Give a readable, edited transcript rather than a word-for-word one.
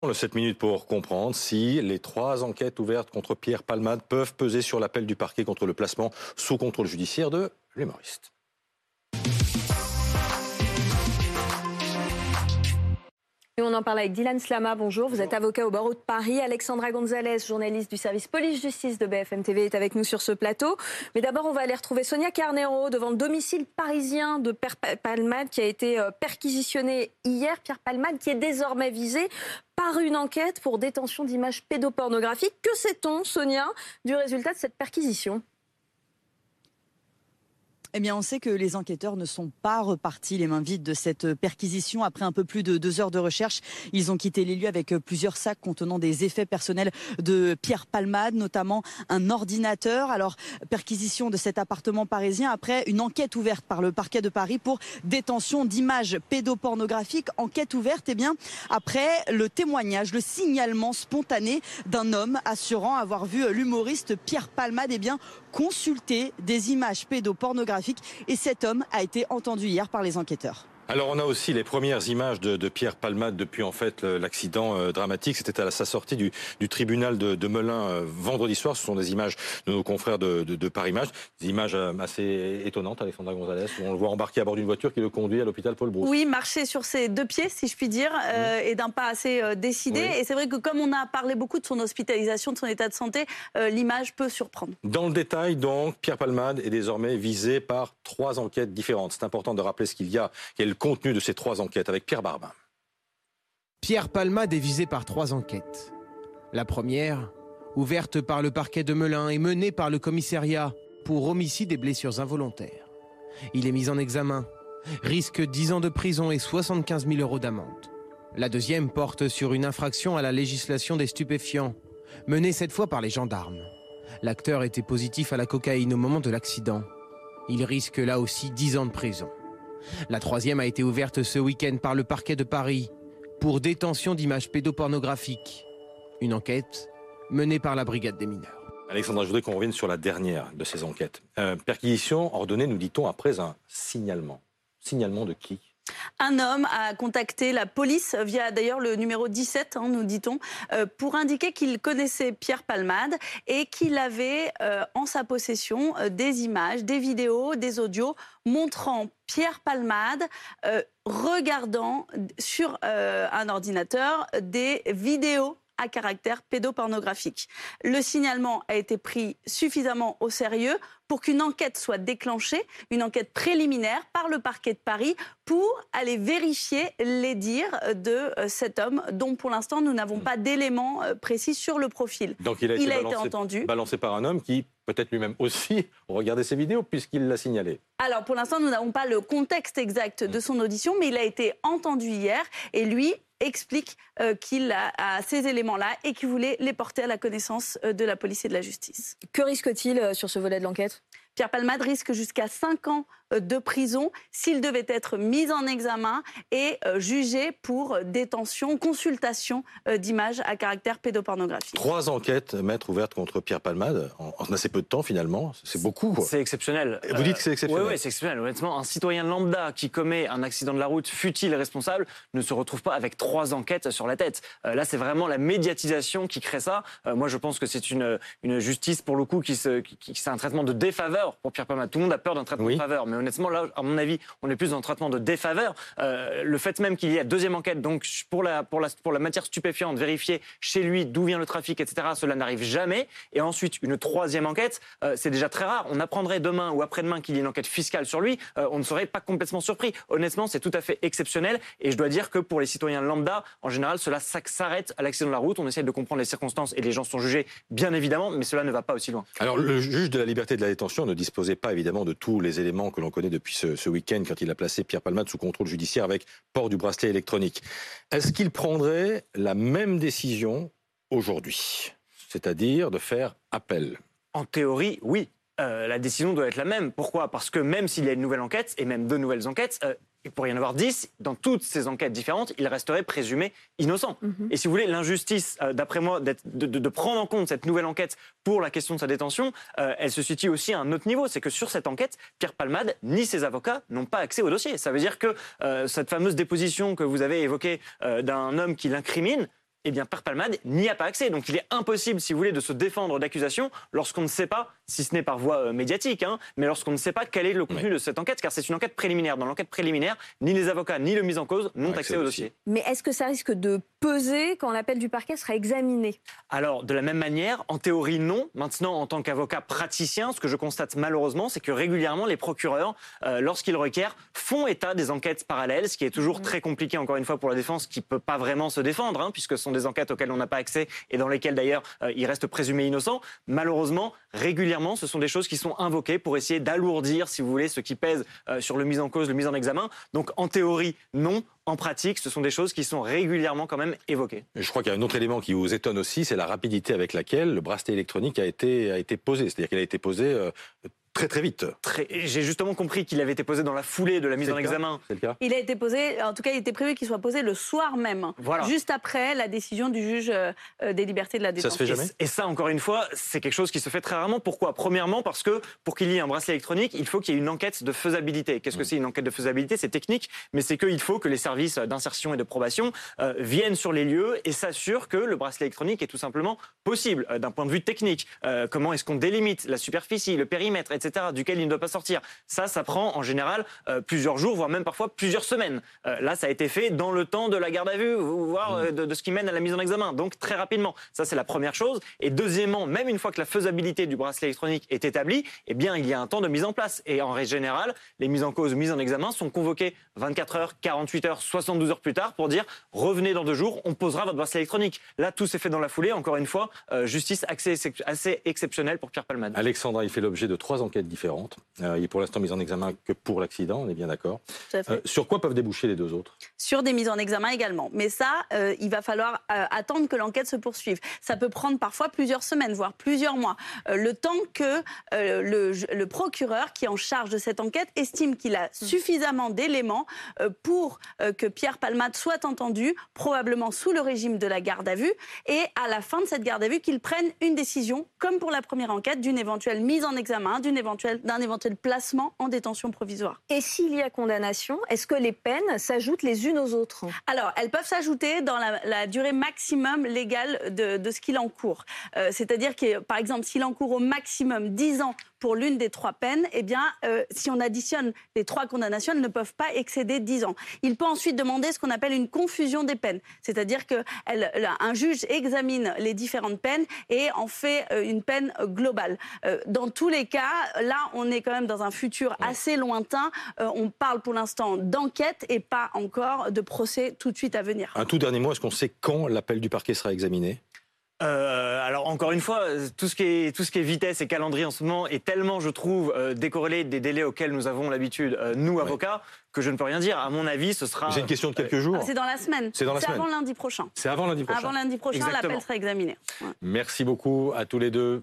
Le 7 minutes pour comprendre si les 3 enquêtes ouvertes contre Pierre Palmade peuvent peser sur l'appel du parquet contre le placement sous contrôle judiciaire de l'humoriste. Et on en parle avec Dylan Slama, bonjour. Vous êtes avocat au barreau de Paris. Alexandra Gonzalez, journaliste du service police-justice de BFM TV, est avec nous sur ce plateau. Mais d'abord, on va aller retrouver Sonia Carneiro devant le domicile parisien de Pierre Palmade qui a été perquisitionné hier. Pierre Palmade qui est désormais visé par une enquête pour détention d'images pédopornographiques. Que sait-on, Sonia, du résultat de cette perquisition ? Eh bien, on sait que les enquêteurs ne sont pas repartis les mains vides de cette perquisition. Après un peu plus de 2 heures de recherche, ils ont quitté les lieux avec plusieurs sacs contenant des effets personnels de Pierre Palmade, notamment un ordinateur. Alors, perquisition de cet appartement parisien après une enquête ouverte par le parquet de Paris pour détention d'images pédopornographiques. Enquête ouverte, eh bien, après le témoignage, le signalement spontané d'un homme assurant avoir vu l'humoriste Pierre Palmade, eh bien, consulter des images pédopornographiques. Et cet homme a été entendu hier par les enquêteurs. Alors on a aussi les premières images de Pierre Palmade depuis en fait l'accident dramatique. C'était à sa sortie du tribunal de Melun vendredi soir. Ce sont des images de nos confrères de Paris Images. Des images assez étonnantes, Alexandra Gonzalez, où on le voit embarqué à bord d'une voiture qui le conduit à l'hôpital Paul Brousse. Oui, marcher sur ses 2 pieds, si je puis dire, et d'un pas assez décidé. Oui. Et c'est vrai que comme on a parlé beaucoup de son hospitalisation, de son état de santé, l'image peut surprendre. Dans le détail, donc, Pierre Palmade est désormais visé par 3 enquêtes différentes. C'est important de rappeler ce qu'il y a. Il y a le contenu de ces 3 enquêtes avec Pierre Barbin. Pierre Palmade est visé par 3 enquêtes. La première, ouverte par le parquet de Melun et menée par le commissariat pour homicide et blessures involontaires. Il est mis en examen, risque 10 ans de prison et 75 000 € d'amende. La deuxième porte sur une infraction à la législation des stupéfiants, menée cette fois par les gendarmes. L'acteur était positif à la cocaïne au moment de l'accident. Il risque là aussi 10 ans de prison. La troisième a été ouverte ce week-end par le parquet de Paris pour détention d'images pédopornographiques. Une enquête menée par la brigade des mineurs. Alexandra, je voudrais qu'on revienne sur la dernière de ces enquêtes. Perquisition ordonnée, nous dit-on, après un signalement. Signalement de qui ? Un homme a contacté la police via d'ailleurs le numéro 17, nous dit-on, pour indiquer qu'il connaissait Pierre Palmade et qu'il avait en sa possession des images, des vidéos, des audios montrant Pierre Palmade regardant sur un ordinateur des vidéos à caractère pédopornographique. Le signalement a été pris suffisamment au sérieux pour qu'une enquête soit déclenchée, une enquête préliminaire par le parquet de Paris pour aller vérifier les dires de cet homme dont pour l'instant nous n'avons pas d'éléments précis sur le profil. Donc il a été entendu, balancé par un homme qui peut-être lui-même aussi regardait ces vidéos puisqu'il l'a signalé. Alors pour l'instant nous n'avons pas le contexte exact de son audition, mais il a été entendu hier et lui explique qu'il a ces éléments-là et qu'il voulait les porter à la connaissance de la police et de la justice. Que risque-t-il sur ce volet de l'enquête ? Pierre Palmade risque jusqu'à 5 ans de prison s'il devait être mis en examen et jugé pour détention, consultation d'images à caractère pédopornographique. 3 enquêtes, maître, ouvertes contre Pierre Palmade en assez peu de temps finalement. C'est beaucoup, quoi. C'est exceptionnel. Vous dites que c'est exceptionnel ? Oui, c'est exceptionnel. Honnêtement, un citoyen lambda qui commet un accident de la route, fût-il responsable, ne se retrouve pas avec 3 enquêtes sur la tête. Là, c'est vraiment la médiatisation qui crée ça. Moi, je pense que c'est une justice, pour le coup, c'est un traitement de défaveur pour Pierre Palmade. Tout le monde a peur d'un traitement de faveur, mais honnêtement, là, à mon avis, on est plus dans un traitement de défaveur. Le fait même qu'il y ait 2e enquête, donc pour la matière stupéfiante, vérifier chez lui d'où vient le trafic, etc., cela n'arrive jamais. Et ensuite, une 3e enquête, c'est déjà très rare. On apprendrait demain ou après-demain qu'il y ait une enquête fiscale sur lui, on ne serait pas complètement surpris. Honnêtement, c'est tout à fait exceptionnel. Et je dois dire que pour les citoyens lambda, en général, cela s'arrête à l'accident de la route. On essaie de comprendre les circonstances et les gens sont jugés, bien évidemment, mais cela ne va pas aussi loin. Alors, le juge de la liberté de la détention ne disposait pas évidemment de tous les éléments que l'on connaît depuis ce week-end quand il a placé Pierre Palmade sous contrôle judiciaire avec port du bracelet électronique. Est-ce qu'il prendrait la même décision aujourd'hui, c'est-à-dire de faire appel ? En théorie, oui. La décision doit être la même. Pourquoi ? Parce que même s'il y a une nouvelle enquête, et même 2 nouvelles enquêtes, il pourrait y en avoir 10, dans toutes ces enquêtes différentes, il resterait présumé innocent. Et si vous voulez, l'injustice, d'après moi, de prendre en compte cette nouvelle enquête pour la question de sa détention, elle se situe aussi à un autre niveau. C'est que sur cette enquête, Pierre Palmade ni ses avocats n'ont pas accès au dossier. Ça veut dire que cette fameuse déposition que vous avez évoquée d'un homme qui l'incrimine, eh bien Pierre Palmade n'y a pas accès. Donc il est impossible, si vous voulez, de se défendre d'accusations lorsqu'on ne sait pas, si ce n'est par voie médiatique, mais lorsqu'on ne sait pas quel est le contenu de cette enquête, car c'est une enquête préliminaire. Dans l'enquête préliminaire, ni les avocats ni le mis en cause n'ont accès au dossier. Mais est-ce que ça risque de peser quand l'appel du parquet sera examiné? Alors, de la même manière, en théorie, non. Maintenant, en tant qu'avocat praticien, ce que je constate malheureusement, c'est que régulièrement, les procureurs, lorsqu'ils requièrent, font état des enquêtes parallèles, ce qui est toujours très compliqué, encore une fois, pour la défense, qui ne peut pas vraiment se défendre, puisque ce sont des enquêtes auxquelles on n'a pas accès et dans lesquelles, d'ailleurs, il reste présumé innocent. Malheureusement, régulièrement, ce sont des choses qui sont invoquées pour essayer d'alourdir, si vous voulez, ce qui pèse sur le mis en cause, le mis en examen. Donc, en théorie, non. En pratique, ce sont des choses qui sont régulièrement quand même évoquées. Je crois qu'il y a un autre élément qui vous étonne aussi, c'est la rapidité avec laquelle le bracelet électronique a été posé. C'est-à-dire qu'il a été posé très très vite. J'ai justement compris qu'il avait été posé dans la foulée de la mise en examen. C'est le cas. Il a été posé, en tout cas, il était prévu qu'il soit posé le soir même, Voilà. juste après la décision du juge des libertés de la défense. Ça se fait jamais. Et ça, encore une fois, c'est quelque chose qui se fait très rarement. Pourquoi? Premièrement, parce que pour qu'il y ait un bracelet électronique, il faut qu'il y ait une enquête de faisabilité. Qu'est-ce que c'est une enquête de faisabilité? C'est technique, mais c'est qu'il faut que les services d'insertion et de probation viennent sur les lieux et s'assurent que le bracelet électronique est tout simplement possible d'un point de vue technique. Comment est-ce qu'on délimite la superficie, le périmètre, etc., duquel il ne doit pas sortir. Ça prend en général plusieurs jours, voire même parfois plusieurs semaines. Là, ça a été fait dans le temps de la garde à vue, voire de ce qui mène à la mise en examen. Donc très rapidement. Ça, c'est la première chose. Et deuxièmement, même une fois que la faisabilité du bracelet électronique est établie, eh bien, il y a un temps de mise en place. Et en règle générale, les mises en cause, mises en examen sont convoquées 24 heures, 48 heures, 72 heures plus tard pour dire revenez dans 2 jours, on posera votre bracelet électronique. Là, tout s'est fait dans la foulée. Encore une fois, justice assez exceptionnelle pour Pierre Palmade. Alexandra, il fait l'objet de 3 enquêtes différentes. Il est pour l'instant mis en examen que pour l'accident, on est bien d'accord. Sur quoi peuvent déboucher les 2 autres? Sur des mises en examen également. Mais ça, il va falloir attendre que l'enquête se poursuive. Ça peut prendre parfois plusieurs semaines, voire plusieurs mois. Le temps que le procureur qui est en charge de cette enquête estime qu'il a suffisamment d'éléments pour que Pierre Palmade soit entendu, probablement sous le régime de la garde à vue, et à la fin de cette garde à vue, qu'il prenne une décision, comme pour la première enquête, d'une éventuelle mise en examen, d'un éventuel placement en détention provisoire. Et s'il y a condamnation, est-ce que les peines s'ajoutent les unes aux autres? Alors, elles peuvent s'ajouter dans la durée maximum légale de ce qu'il encourt. C'est-à-dire que, par exemple, s'il encourt au maximum 10 ans pour l'une des 3 peines, eh bien, si on additionne les 3 condamnations, elles ne peuvent pas excéder 10 ans. Il peut ensuite demander ce qu'on appelle une confusion des peines. C'est-à-dire qu'un juge examine les différentes peines et en fait une peine globale. Dans tous les cas, là, on est quand même dans un futur assez lointain. On parle pour l'instant d'enquête et pas encore de procès tout de suite à venir. Un tout dernier mot, est-ce qu'on sait quand l'appel du parquet sera examiné? Alors encore une fois, tout ce qui est vitesse et calendrier en ce moment est tellement, je trouve, décorrélé des délais auxquels nous avons l'habitude, nous avocats, que je ne peux rien dire. À mon avis, ce sera... J'ai une question de quelques jours. C'est dans la semaine. C'est avant lundi prochain. C'est avant lundi prochain. Avant lundi prochain, l'appel sera examiné. Merci beaucoup à tous les deux.